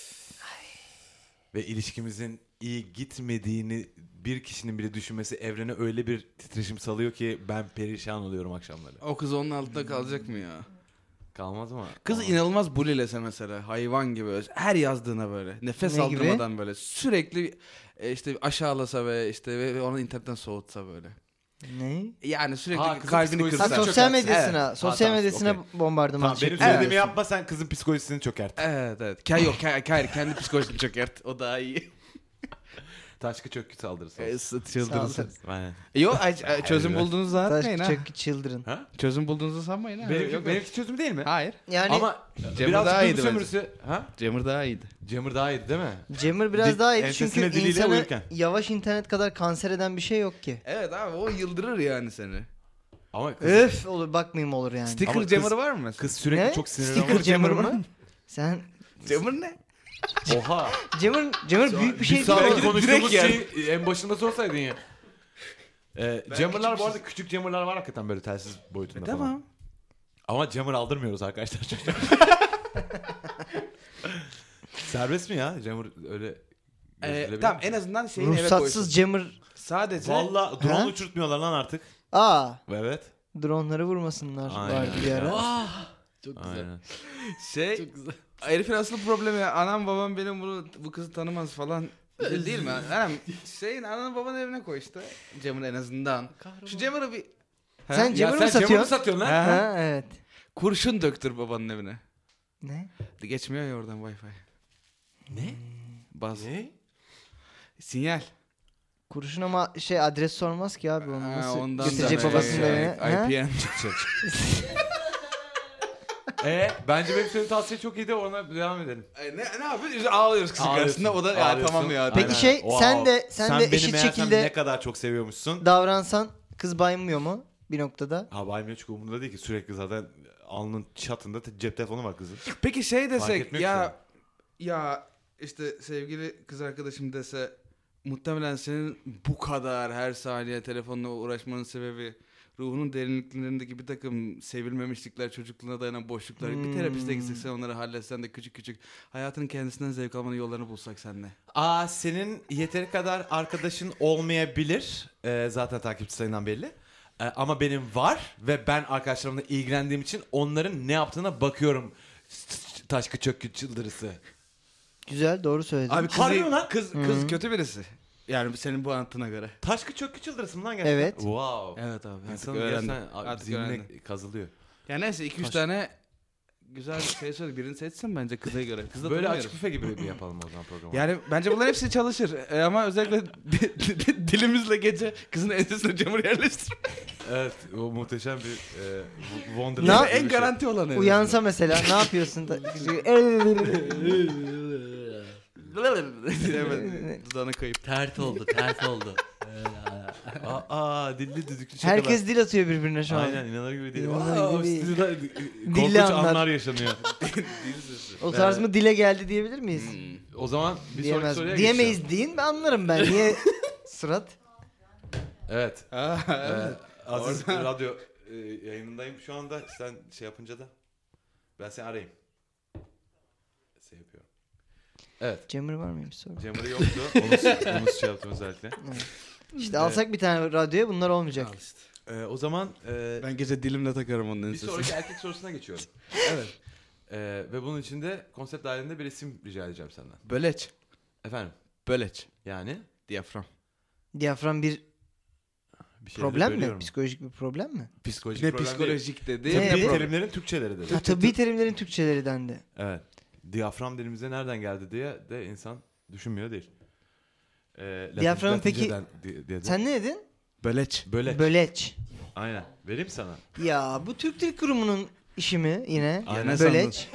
Ve ilişkimizin iyi gitmediğini bir kişinin bile düşünmesi evrene öyle bir titreşim salıyor ki ben perişan oluyorum akşamları. O kız onun altında kalacak mı ya? Kalmaz mı? Kızı Kalmaz. inanılmaz bulilese mesela hayvan gibi her yazdığına böyle nefes Ne aldırmadan böyle sürekli işte aşağılasa ve işte ve onu internetten soğutsa böyle. Ne? Yani sürekli Ha, kızın kalbini psikolojisi Ha, kırsa. çok sosyal çökersin. medyasına, Evet. sosyal Ha, medyasına okey. bombardıman Tamam, benim çekiyor. söylediğimi yapma sen kızın psikolojisini çökert. Evet evet. Yok hayır kendi psikolojisini çökert. O daha iyi. Taşkı çökü saldırısı olsun. Çıldırırsın. Aynen. Yok çözüm Evet. bulduğunuzu atmayın ha. Taş children. Ha? Çözüm bulduğunuzu sanmayın ha. Benimki çözüm değil mi? Hayır. Yani Ama Cemur biraz daha duygu iyiydi sömürüsü. Ha? Cemur daha iyiydi. Cemur daha iyiydi değil mi? Cemur biraz daha iyi ensesine çünkü diliyle insanı uyurken. yavaş internet kadar kanser eden bir şey yok ki. Evet abi o yıldırır yani seni. Ama kız, Öf olur bakmayayım olur yani. Ama Sticker kız- Cemur var mı mesela? kız sürekli Ne? çok sinirli. Sticker Cemur mu? Sen Cemur ne? Oha. Cemur büyük bir şey değil. saat mi? Belki de konuştuğumuz direkt şeyi en başında sorsaydın ya. Cemurlar bu arada küçük Cemurlar var hakikaten böyle telsiz boyutunda falan. Tamam. Ama Cemur aldırmıyoruz arkadaşlar. Serbest mi ya Cemur öyle gözülebilir Tamam mi? en azından şeyini eve Ruhsatsız koysun. Cemur. Sadece Valla drone Ha? uçurtmuyorlar lan artık. Aa, Evet. dronları vurmasınlar Aynen. vardı bir ara. Çok güzel. Aynen. şey Çok güzel. herifin asıl problemi anam babam benim bu kızı tanımaz falan. Değil mi? Anam ananı babanın evine koy işte. Cemur en azından. Şu Cemur'u bir Sen Ya Cemur mu sen Cemur'u satıyorsun? satıyorsun lan. Ha? Ha evet. kurşun döktür babanın evine. Ne? Geçmiyor ya oradan Wi-Fi. Ne? Baz. Ne? Sinyal. Kurşun ama adres sormaz ki abi onu Ha, nasıl ondan götürecek da babasının böyle evine? Ha? IPN. Bence benim söylediğim tavsiye çok iyiydi ona devam edelim. Ne yapıyoruz? Ağlıyoruz kızın karşısında. O da ya Ağlıyorsun. tamam ya. Peki Aynen. sen de benim eşit meğersem şekilde ne kadar çok seviyormuşsun. davransan kız baymıyor mu bir noktada? Ha baymıyor çünkü umurunda değil ki sürekli zaten alnın çatında cep telefonu var kızın. Peki şey desek etmiyor ki ya işte sevgili kız arkadaşım dese muhtemelen senin bu kadar her saniye telefonla uğraşmanın sebebi ruhunun derinliklerindeki bir takım sevilmemişlikler, çocukluğuna dayanan boşluklar. Bir terapiste gitsek sen onları halletsen de küçük küçük hayatın kendisinden zevk almanın yollarını bulsak seninle. Senin yeteri kadar arkadaşın olmayabilir. Zaten takipçi sayından belli. Ama benim var ve ben arkadaşlarımla ilgilendiğim için onların ne yaptığına bakıyorum. Taşkı çökkü çıldırısı. Güzel doğru söyledin. Abi Harbi mi lan? kız kötü birisi. Yani senin bu anlatına göre. Taşkı çökkü çıldırısı mı lan gerçekten? Evet. Wow. Evet abi. İnsanın öğrendim. gerçekten Artık zihnine öğrendim. kazılıyor. Ya neyse 2-3 Taş- tane güzel şey söyle. Birini seçsin bence kıza göre. Kız da Böyle tanımıyoruz. açık büfe gibi mi yapalım o zaman programı? Yani bence bunların hepsi çalışır. Ama özellikle dilimizle gece kızın ensesine camur yerleştir. Evet, o muhteşem bir Wonderland. Ne- gibi bir En şey. garanti olan en Uyansa mesela ne yapıyorsun? Evet. Dudağına kayıp. Tert oldu, tert oldu. Dilli düdüklü şakalar. Herkes dil atıyor birbirine şu an. Aynen inanılır gibi değil. İnanılır Wow, gibi. stüdyoda Dilli korkunç anlar. anlar yaşanıyor. O tarz mı dile geldi diyebilir miyiz? O zaman bir sonraki Diyemez. soruya Diyemeyiz geçeceğim. deyin ben anlarım ben. Niye Sırat? Evet. Evet. Aziz radyo yayınındayım şu anda. Sen şey yapınca da ben seni arayayım. Şey yapıyorum. Evet. Cemre var mıymış soru? Cemre yoktu. Onu şey yaptım özellikle. İşte alsak bir tane radyoya bunlar olmayacak. O zaman Ben gece dilimle takarım onun bir ensesine. sonraki erkek sorusuna geçiyorum. Evet. Ve bunun için de konsept dahilinde bir isim rica edeceğim senden. Böleç. Efendim? Böleç. Yani Diyafram. Diyafram bir bir şeyleri problem mi? bölüyorum. Psikolojik bir problem mi? Psikolojik Ne problem psikolojik dedi. değil. Ne? Tıbbi Ne? terimlerin Türkçeleri dedi. Ha, tıbbi terimlerin Türkçeleri dendi. Evet. Diyafram dilimize nereden geldi diye de insan düşünmüyor değil. Diyaframın peki- Latinceden dedi. Sen ne dedin? Böleç. Böyle. Böleç. Aynen. Vereyim sana. Ya bu Türk Dil Kurumu'nun işi mi yine? Aynen. Böleç.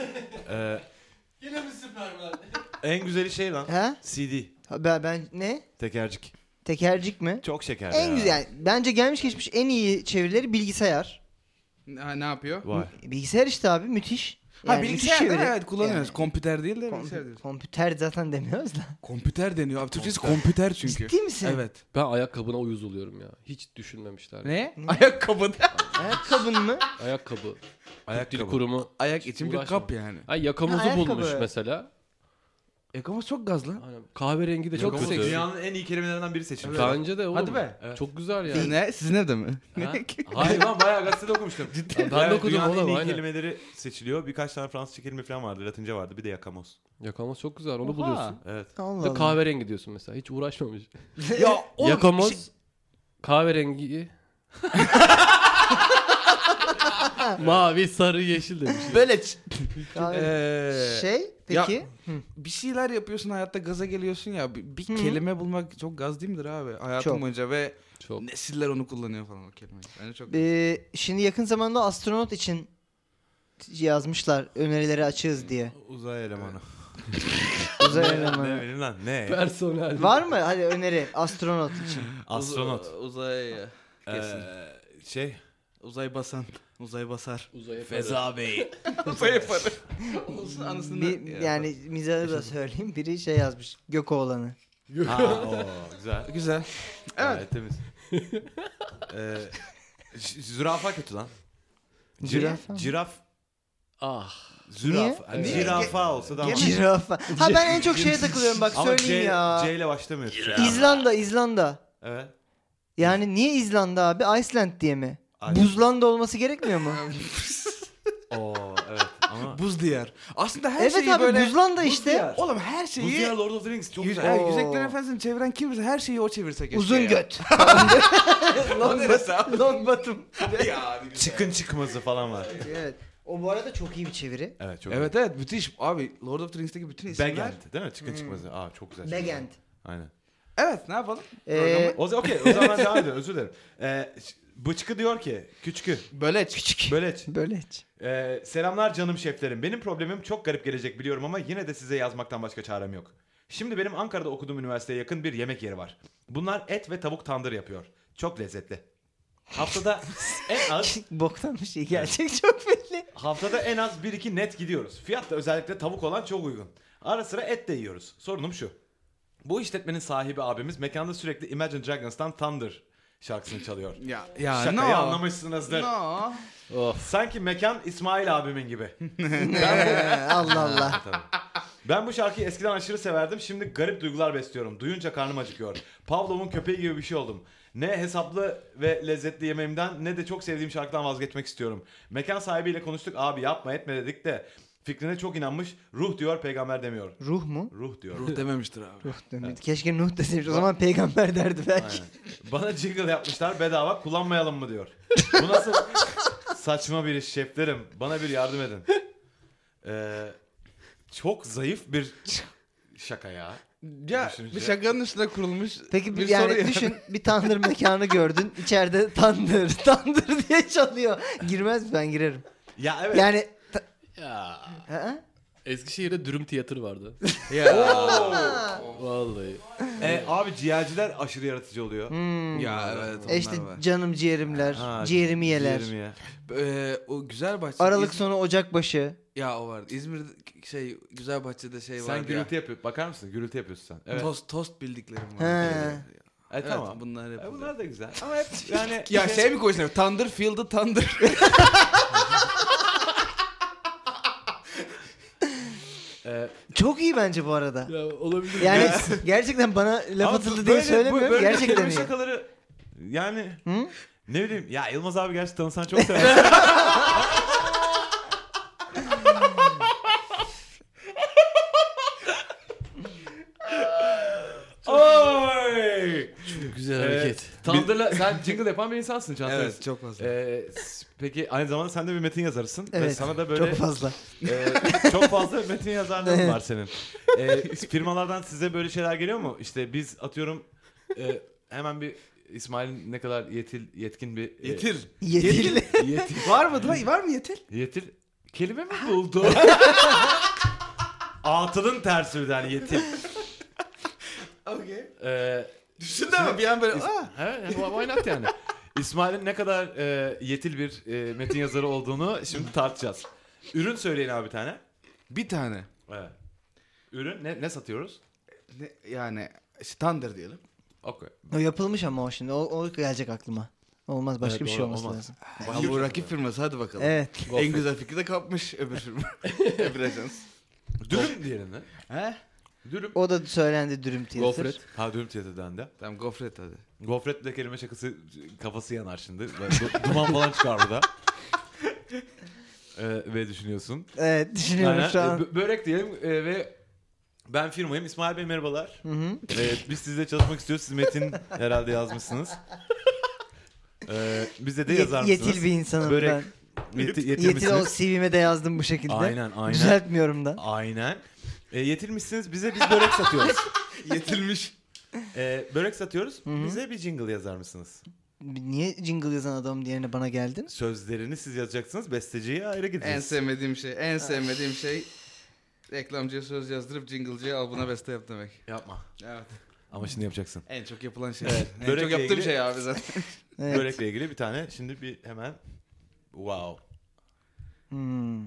Yine mi Süperman? En güzeli şey lan. Ha? CD. Ben ne? Tekercik. Tekercik mi? Çok şeker En ya. güzel. Yani, bence gelmiş geçmiş en iyi çevirileri bilgisayar. Ne yapıyor? Vay. Bilgisayar işte abi müthiş. Ha Yani müthiş bilgisayar çeviri. evet kullanıyoruz. Yani. Kompüter değil de bilgisayar diyoruz. Kompüter zaten demiyoruz da. Kompüter deniyor abi. Türkçesi kompüter çünkü. Ciddi misin? Evet. Ben ayakkabına uyuz oluyorum ya. Hiç düşünmemişler. Ne? Ayakkabı. Ayakkabın mı? Ayakkabı. Dil Ayakkabı. kurumu. Ayak için bir Uğraşma. kap yani. Ay yakamozu Ha, ayakkabı. bulmuş mesela. Ayakkabı çok gazlı. Aynen. Kahverengi de çok Yakamoz kötü. dünyanın en iyi kelimelerinden biri seçilmiş. Bence de oğlum. Hadi be. Evet. Çok güzel yani. Ne? Sizin evde mi? Ha? Hayır lan bayağı gazetede okumuştum. Ben de okudum dünyanın en oğlum iyi aynen. kelimeleri seçiliyor. Birkaç tane Fransızca kelime falan vardı. Latince vardı. Bir de yakamoz. Yakamoz çok güzel onu Oha. buluyorsun. Evet. Allah Bir de Allah. kahverengi diyorsun mesela. Hiç uğraşmamış. Ya oğlum, Yakamoz şey- kahverengi mavi, sarı, yeşil demiş. Böleç. Kahve- Şey peki. Bir şeyler yapıyorsun hayatta gaza geliyorsun ya. Bir kelime bulmak çok gaz değil midir abi? Hayatım Çok. boyunca ve Çok. nesiller onu kullanıyor falan o kelimeyi. Bence çok Şimdi yakın zamanda astronot için yazmışlar önerileri açığız diye. Uzay elemanı. Uzay Ne elemanı. benim lan? Ne? Personel. Var mı hadi öneri astronot için? Astronot. Uzay kesin. Şey. Uzay basan. Uzay basar. Uzaya Feza Bey. Uzay yaparı. Olsun anısını. Yani mizahı da söyleyeyim. Biri şey yazmış. Gökoğlan'ı. Ha, o güzel. Güzel. Evet. Temiz. Zürafa kötü lan. Zürafa mı? Ciraf. Ah. Zürafa. Niye? Hani Niye? zürafa olsa da ama. Zürafa. Ha ben en çok şeye takılıyorum bak Ama söyleyeyim ya. C ile başlamıyor. İzlanda. Evet. Yani niye İzlanda abi? Iceland diye mi? Ay. Buzlanda olması gerekmiyor mu? Oo evet ama. Buz diyar. Aslında her Evet şeyi abi böyle... Buzlanda işte. diyar. Oğlum her Bu şeyi... diğer Lord of the Rings çok güzel. Evet, Oo. Yüzüklerin Efendisi'ni çeviren kimse her şeyi o çevirse keşke Uzun ya. göt. O neresi abi? Long bottom. Ya, Çıkın çıkmazı falan var. Evet. O bu arada çok iyi bir çeviri. Evet çok Evet evet müthiş. Abi Lord of the Rings'teki bütün güzel. isimler... Backend değil mi? Çıkın çıkmazı. Aa çok güzel. Legend. Aynen. Evet ne yapalım? O zaman okey. O zaman ben devam ediyorum. Özür dilerim. Bıçkı diyor ki. Küçükü. Böleç. Küçük. Böleç. Böyle. Selamlar canım şeflerim. Benim problemim çok garip gelecek biliyorum ama yine de size yazmaktan başka çarem yok. Şimdi benim Ankara'da okuduğum üniversiteye yakın bir yemek yeri var. Bunlar et ve tavuk tandır yapıyor. Çok lezzetli. Haftada en az Boktan bir şey gerçek çok belli. haftada en az 1-2 net gidiyoruz. Fiyat da özellikle tavuk olan çok uygun. Ara sıra et de yiyoruz. Sorunum şu. Bu işletmenin sahibi abimiz mekanda sürekli Imagine Dragons'tan Thunder şarkısını çalıyor. Ya Şakayı anlamışsınızdır. No. Of. Sanki mekan İsmail abimin gibi. Allah Allah. Tabii. Ben bu şarkıyı eskiden aşırı severdim. Şimdi garip duygular besliyorum. Duyunca karnım acıkıyor. Pavlov'un köpeği gibi bir şey oldum. Ne hesaplı ve lezzetli yemeğimden ne de çok sevdiğim şarkıdan vazgeçmek istiyorum. Mekan sahibiyle konuştuk. Abi yapma etme dedik de fikrine çok inanmış. Ruh diyor, peygamber demiyor. Ruh mu? Ruh diyor. Ruh dememiştir abi. Ruh demiş. Keşke Nuh deseymiş. O zaman peygamber derdi belki. Aynen. Bana jingle yapmışlar bedava kullanmayalım mı diyor. Bu nasıl saçma bir iş şeflerim. Bana bir yardım edin. Çok zayıf bir şaka ya. Ya Düşününce. bir şakanın üstüne kurulmuş Peki bir yani soru ya. düşün bir tandır mekanı gördün. İçeride tandır diye çalıyor. Girmez mi? Ben girerim. Ya evet. Yani Ya. Ha? Eskişehir'de dürüm tiyatro vardı. Ya. Vallahi. Abi ciğerciler aşırı yaratıcı oluyor. Ya evet onlar işte var. canım ciğerimler, Ha, ciğerimi yeler. ciğerimi ye. O Güzelbahçe. Aralık sonu Ocakbaşı. Ya o vardı. İzmir'de Güzelbahçe'de şey Sen vardı gürültü yapıyorsun. Bakar mısın? Gürültü yapıyorsun sen. ya. Evet. Tost bildiklerim He. var. Evet, Tamam. bunlar yapılıyor. Bunlar da güzel. Ama hep yani... Ya şey mi koysun? Thunder Field'ı Thunder. Çok iyi bence bu arada. Ya olabilir. Yani gerçekten bana laf Ama atıldı diye böyle- söylemiyorum. böyle Gerçekten kelime iyi. şakaları yani Hı? ne bileyim ya Yılmaz abi gerçi tanısan çok sever. Oy! Güzel hareket. Tandırla sen jingle yapan bir insansın Çağatay. Evet çok fazla. Peki aynı zamanda sen de bir metin yazarısın. Ve Evet. sana da böyle Çok fazla. çok fazla metin yazarlığın var senin. Firmalardan size böyle şeyler geliyor mu? İşte biz atıyorum hemen bir İsmail'in ne kadar yetkin bir... Yetir. Yetil. Yetil. Var mı? Var mı yetil? Yetil. Kelime mi buldu? Atılın tersüden yetil. Okay. Düşündün mü bir an böyle? Evet, why not yani? İsmail'in ne kadar yetil bir metin yazarı olduğunu şimdi tartacağız. Ürün söyleyin abi bir tane. Bir tane. Evet. Ürün ne satıyoruz? Yani Thunder diyelim. Okay. O yapılmış ama o şimdi. O gelecek aklıma. Olmaz başka Evet, bir şey doğru, olması olmaz. lazım. Ama bu rakip firması hadi bakalım. Evet. En güzel fikri de kapmış öbür firma. öbür ajans. Dürüm diyelim mi? He? Dürüm. O da söylendi dürüm tiyatro. Gofret. Ha dürüm tiyatrodan da. Tamam gofret hadi. Gofret de kelime şakası kafası yanar şimdi. Duman falan çıkar burada. Ve düşünüyorsun. Evet düşünüyorum Aynen. şu an. Börek diyelim ve ben firmayım. İsmail Bey merhabalar. Hı hı. Biz sizle çalışmak istiyoruz. Siz metin herhalde yazmışsınız. Bize de yazar mısınız? Yetil bir insanım Börek. ben. Yetil Yetil o misiniz? CV'me de yazdım bu şekilde. Aynen. Düzeltmiyorum da. Aynen. Yetilmişsiniz. Biz börek satıyoruz. Yetilmiş. Börek satıyoruz. Hı hı. Bize bir jingle yazar mısınız? Niye jingle yazan adam diğerine bana geldin? Sözlerini siz yazacaksınız. Besteciye ayrı En gideceğiz. sevmediğim şey reklamcıya söz yazdırıp jingle'cıya al buna beste yap demek. Yapma. Evet. Ama şimdi yapacaksın. En çok yapılan şey. Evet, En börekle çok yaptığım ilgili- şey abi zaten. Evet. Börekle ilgili bir tane. Şimdi bir hemen. Wow. Hmm.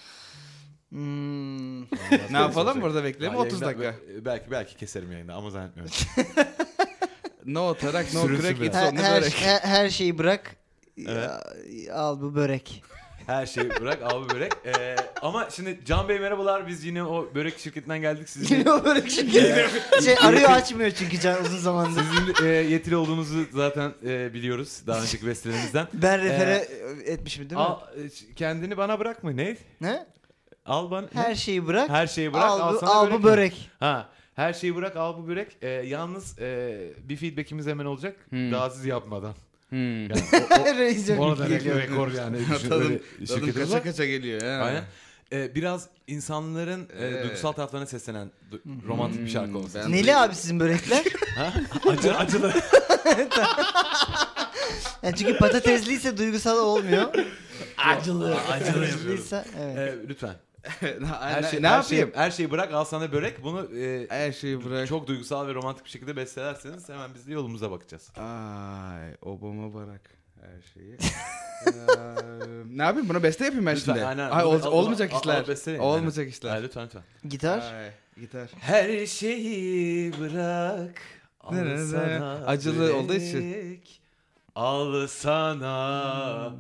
Hmm. Ne yapalım burada bekleyelim Ya 30 yayında- dakika. Belki keserim yayında ama zannetmiyorum. No tarak no Sürünsün crack be. it's Her, on the her, börek. her şeyi bırak. Evet. Al bu börek. Her şeyi bırak al bu börek. Ama şimdi Can Bey merhabalar. Biz yine o börek şirketinden geldik. Sizin, Yine o börek şirketi. Şey arıyor açmıyor çünkü Can uzun zamandır. sizin yetili olduğunuzu zaten biliyoruz daha önceki bestelerimizden. Ben refere etmişim değil mi? Al, kendini bana bırakma. Ne? Ne? Al bana. Her şeyi bırak. Her şeyi bırak. al bu, sana al bu börek. Ha. Her şeyi bırak al bu börek. Yalnız bir feedback'imiz hemen olacak. Daha siz yapmadan. Yani Revizyon ona da geliyor. rekor yani. Düşün, Tadım, öyle tadım şirketimiz kaça var. kaça geliyor ya. Aynen. Biraz insanların duygusal taraflarına seslenen romantik bir şarkı olsun. Ben- Neli abi sizin börekler? Ha? Acılı. Yani çünkü patatesliyse duygusal olmuyor. Acılı yapıyoruz. Acılıysa evet. Lütfen. ne yapayım? Her şeyi bırak al sana börek. Bunu Her şeyi bırak. çok duygusal ve romantik bir şekilde bestelerseniz hemen biz de yolumuza bakacağız. Ay Obama bırak her şeyi. Ne yapayım buna beste yapayım ben Lütfen, şimdi. aynen. Ay, Bunu- olmayacak al- işler. al besteleyin, Olmayacak aynen. işler. Lütfen lütfen. Gitar. Ay, gitar. Her şeyi bırak. Al Nerede? sana Acılı olduğu için. börek, al sana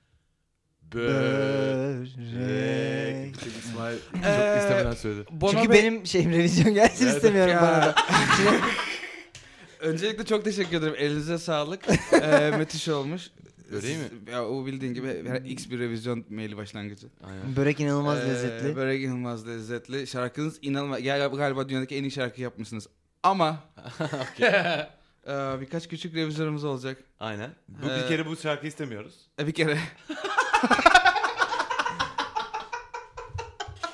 Börek. börek. İsmail çok istemeden söyledi. Bono Çünkü Bey- benim şeyim revizyon gelsin Evet. istemiyorum Ya. bana da. Şimdi Öncelikle çok teşekkür ederim. Elinize sağlık. Müthiş olmuş. Öyle mi? Ya, o bildiğin gibi X bir revizyon maili başlangıcı. Aynen. börek inanılmaz lezzetli. Börek inanılmaz lezzetli. Şarkınız inanılmaz. Galiba dünyadaki en iyi şarkı yapmışsınız. Ama birkaç küçük revizyonumuz olacak. Aynen. Bir kere bu şarkıyı istemiyoruz. Bir kere.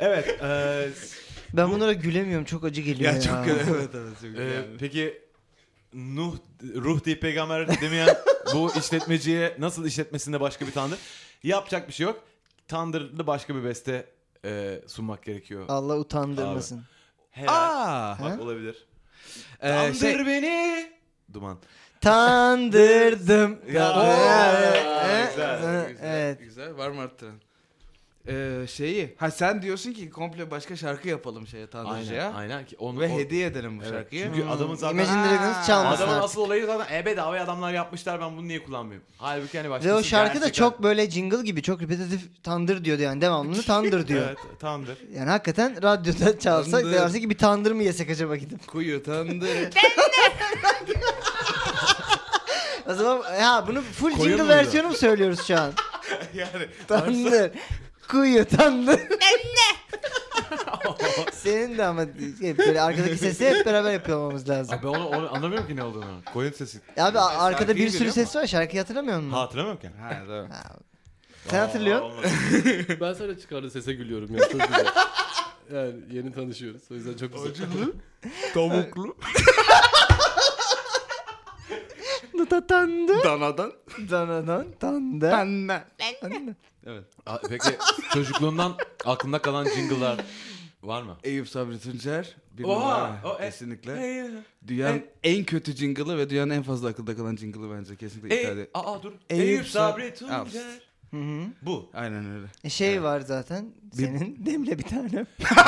Evet. Ben bunlara gülemiyorum. Çok acı geliyor ya. Ya çok kötü. Evet çok Peki ruh deyip peygamber demeyen bu işletmeciye nasıl işletmesinde başka bir tanrı? Yapacak bir şey yok. Tandırlı başka bir beste sunmak gerekiyor. Allah utandırmasın. Herhalde. Bak olabilir. Tandır beni. Duman. Tandırdım. Güzel. Evet. Güzel. Var mı arttıran? Sen diyorsun ki komple başka şarkı yapalım Tanrıcı'ya. Aynen ki onu Ve hediye edelim bu şarkıyı. Çünkü adamın zaten Imagine Dragons çalmasın adamın artık. asıl olayı zaten bedavaya adamlar yapmışlar, ben bunu niye kullanmayayım? Halbuki hani başkası Ve o şarkı da gerçekten... çok böyle jingle gibi, çok repetitif tandır diyordu yani, devamlı tandır diyor. Evet, tandır. Yani hakikaten radyoda çalsak Tandır. derse ki bir tandır mı yesek acaba gidip. Kuyu tandır. O zaman bunu full Koyun jingle muydu? versiyonu mu söylüyoruz şu an? Yani Tandır. Kuyu tandır. Senin de ama böyle arkadaki sesi hep beraber yapıyor olmamız lazım. ben onu anlamıyorum ki ne olduğunu. Koyun sesi. Abi arkada şarkıyı bir sürü biliyor ses var, şarkıyı hatırlamıyor musun? Hatırlamıyorum ki. Ha tamam. Sen hatırlıyorsun. Olmadı. Ben sana çıkardığı sese gülüyorum ya. Çok güzel. Yani yeni tanışıyoruz. O yüzden çok güzel. Tavuklu. Nuta tandı. Danadan. Danadan tandı. Tanna. Tandı. Evet. Peki çocukluğundan aklında kalan jingle'lar var mı? Eyüp Sabri Tuncer. Bir Oha, numara. o Kesinlikle. Dünyanın en kötü jingle'ı ve dünyanın en fazla akılda kalan jingle'ı bence kesinlikle ifade. Dur. Eyüp Sabri Al. Tuncer. Hı hı. Bu. Aynen öyle. Şey var zaten. Senin demle bir tane.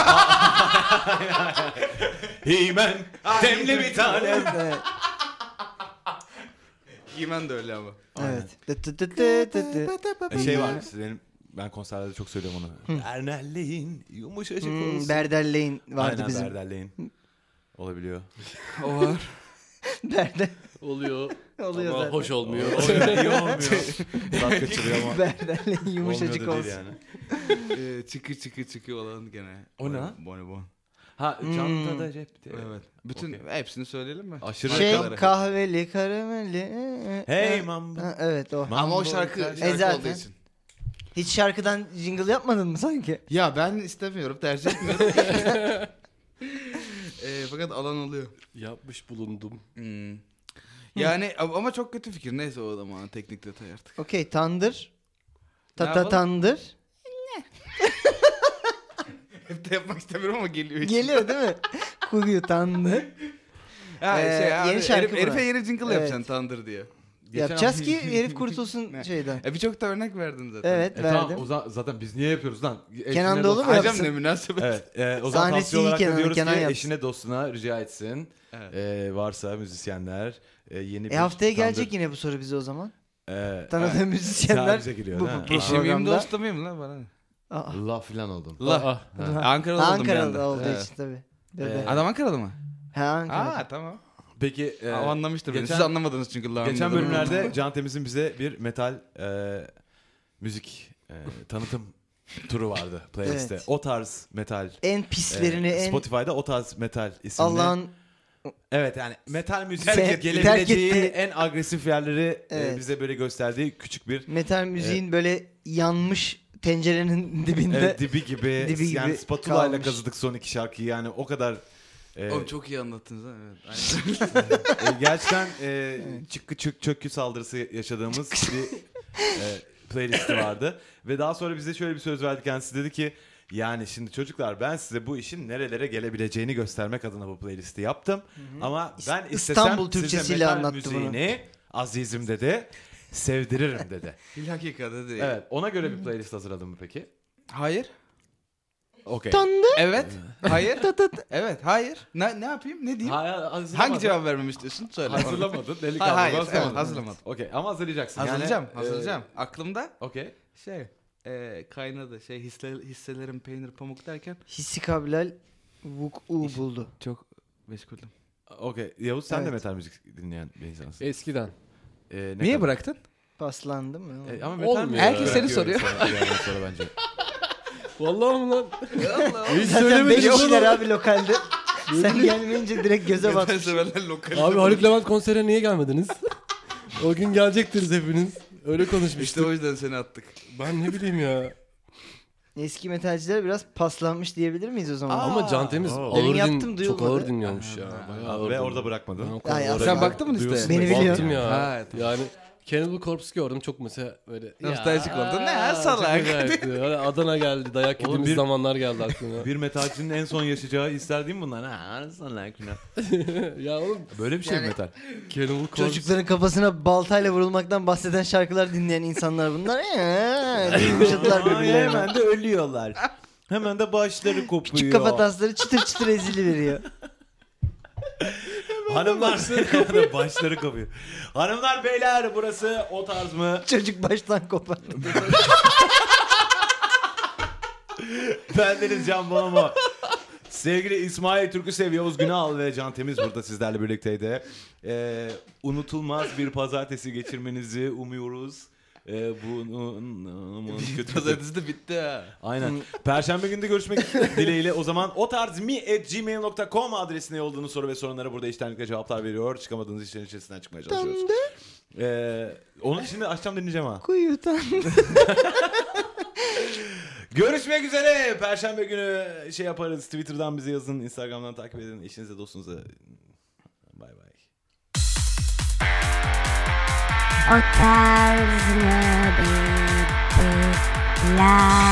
Himen demli bir tanem. Evet. He-Man de öyle ama. Evet. Şey var ben konserlerde çok söylüyorum onu. Bernelleyin yumuşacık olsun. Berdelleyin vardı Aynen, bizim. Berdelleyin. Olabiliyor. O var. Berde. Oluyor. Oluyor Ama zaten. hoş olmuyor. İyi olmuyor. Tat kaçırıyor ama. Berdelleyin yumuşacık olmuyor da olsun. değil yani. Çıkı olan gene. O ne lan? Bonibon. Ha çantada cepte. Evet. Bütün Okey. hepsini söyleyelim mi? Aşırı Şey rakamları. kahveli karamelli. Hey mambo. Ha, evet o. Ama o şarkı zaten. olduğu için. Hiç şarkıdan jingle yapmadın mı sanki? Ya ben istemiyorum, tercih etmiyorum. Fakat alan oluyor. Yapmış bulundum. Yani ama çok kötü fikir. Neyse o zaman teknik detay artık. Okey, tandır. Ne yapalım? Tandır. Hep de yapmak istemiyorum ama geliyor. Geliyor değil mi? Kuyu tandır. Ha, yeni şarkı herife bu. yeni jingle Evet. yapacaksın Tandır diye. Yapacağız ki herif kurtulsun şeyden. Birçok da örnek verdin zaten. Evet Tamam, verdim. zaten biz niye yapıyoruz lan? Kenan Eşine Doğulu mu dostuna- yapsın? Hocam ne münasebet. Evet. O zaman Sahnesi tavsiye olarak iyi da Kenan, diyoruz Kenan ki yapsın. eşine dostuna rica etsin. Evet. Varsa müzisyenler yeni bir Haftaya tandır- gelecek yine bu soru bize o zaman. Sen Tanıdığım müzisyenler. bize geliyor bu değil mi? Eşim miyim programda. dostum muyum lan bana? Aa, La filan oldun. La. Ah, Ankaralı oldum bir Ankara'da anda. olduğu Evet. için tabii. Adam Ankaralı mı? Ha, Ankara'da. Aa tamam. Peki O anlamıştır beni. geçen- Siz anlamadınız çünkü la. geçen anladım. bölümlerde Can Temiz'in bize bir metal müzik tanıtım turu vardı playlist'te. Evet. O tarz metal. En pislerini, en Spotify'da o tarz metal isimli. Allah'ın Evet yani metal müzik Terk gelebileceği ettiği- en agresif yerleri Evet. bize böyle gösterdiği küçük bir metal müziğin böyle yanmış tencerenin dibinde. dibi gibi. Dibi Yani gibi spatula ile kalmış. kazıdık son iki şarkıyı yani o kadar Oğlum çok iyi anlattınız ha. Evet. Aynen. gerçekten çıkkı çökkü saldırısı yaşadığımız bir playlisti vardı. Ve daha sonra bize şöyle bir söz verdi kendisi, dedi ki yani şimdi çocuklar ben size bu işin nerelere gelebileceğini göstermek adına bu playlisti yaptım. Ama ben istesem İstanbul size Türkçesiyle metal anlattı bunu. müziğini azizim dedi sevdiririm dedi. Hakikaten değil. Evet, ona göre bir playlist hazırladın mı peki? Hayır. Okey. Tandı. Evet. Hayır. Evet. Hayır. Ne yapayım? Ne diyeyim? Hangi cevap vermemi istiyorsun? Söyle. Hazırlamadın delikanlı. Hayır. Hazırlamadın. Evet, hazırlamadım. Okey ama hazırlayacaksın. Hazırlayacağım. Aklımda Okey. kaynadı. Hisselerim peynir pamuk derken Hissi kabilal vuku buldu. çok meşguldüm. Okey. Yavuz sen de Evet. metal müzik dinleyen bir insansın. eskiden. Ne Niye kadar? bıraktın? Paslandı mı? Ama Olmuyor metal müzik ya. Herkes seni bırakıyorum soruyor. sana bir yerden sonra bence. Vallahi mı lan? Hiç Zaten söylemedim 5 kişiler oğlum. abi lokalde. Sen gelmeyince direkt göze batmış. severler lokal. Abi Haluk Levent konserine niye gelmediniz? O gün gelecektiniz hepiniz. Öyle konuşmuştuk. İşte o yüzden seni attık. Ben ne bileyim ya. eski metalciler biraz paslanmış diyebilir miyiz o zaman? Ama Can Temiz Benim ağır yaptım, çok duyulmadı. ağır dinliyormuş ya. Bayağı ağır Ve dinliyor. orada bırakmadın. Ben Ya, orada- Sen baktın mı listeye? Beni biliyor. Baktım ya. Ha, Yani Cannibal Corpse gördüm çok mesela böyle. Nostaljik Ya, oldu. Ne salak. çok güzeldi. Öyle Adana geldi. Dayak Oğlum yediğimiz bir- zamanlar geldi aklıma. Bir metalcinin en son yaşayacağı hisler değil mi bunlar? Ha, sana Ya oğlum böyle bir şey Yani- metal. Cannibal Corpse. Çocukların kafasına baltayla vurulmaktan bahseden şarkılar dinleyen insanlar bunlar. Diye yumuşadılar birbirlerine. Hemen de ölüyorlar. Hemen de başları kopuyor. Küçük kafa tasları çıtır çıtır ezili veriyor. Hanımlar başları kopuyor. Hanımlar beyler burası o tarz mı? Çocuk baştan kopar. Bendeniz Can Bonomo. Sevgili İsmail Türküsev, Yavuz Günal ve Can Temiz burada sizlerle birlikteydi. Unutulmaz bir pazartesi geçirmenizi umuyoruz. Bunun kötü. Pazartesi de bitti ha. Aynen. Perşembe günü de görüşmek dileğiyle. O zaman otarzmi@gmail.com adresine yolladığınız soru ve sorunlara burada içtenlikle cevaplar veriyor. Çıkamadığınız işlerin içerisinden çıkmaya çalışıyoruz. Onun için de açacağım dinleyeceğim ha. Kuyudan. Görüşmek üzere. Perşembe günü şey yaparız. Twitter'dan bizi yazın. Instagram'dan takip edin. Eşinize, dostunuza. Bay bay. O tarz mı bir plan?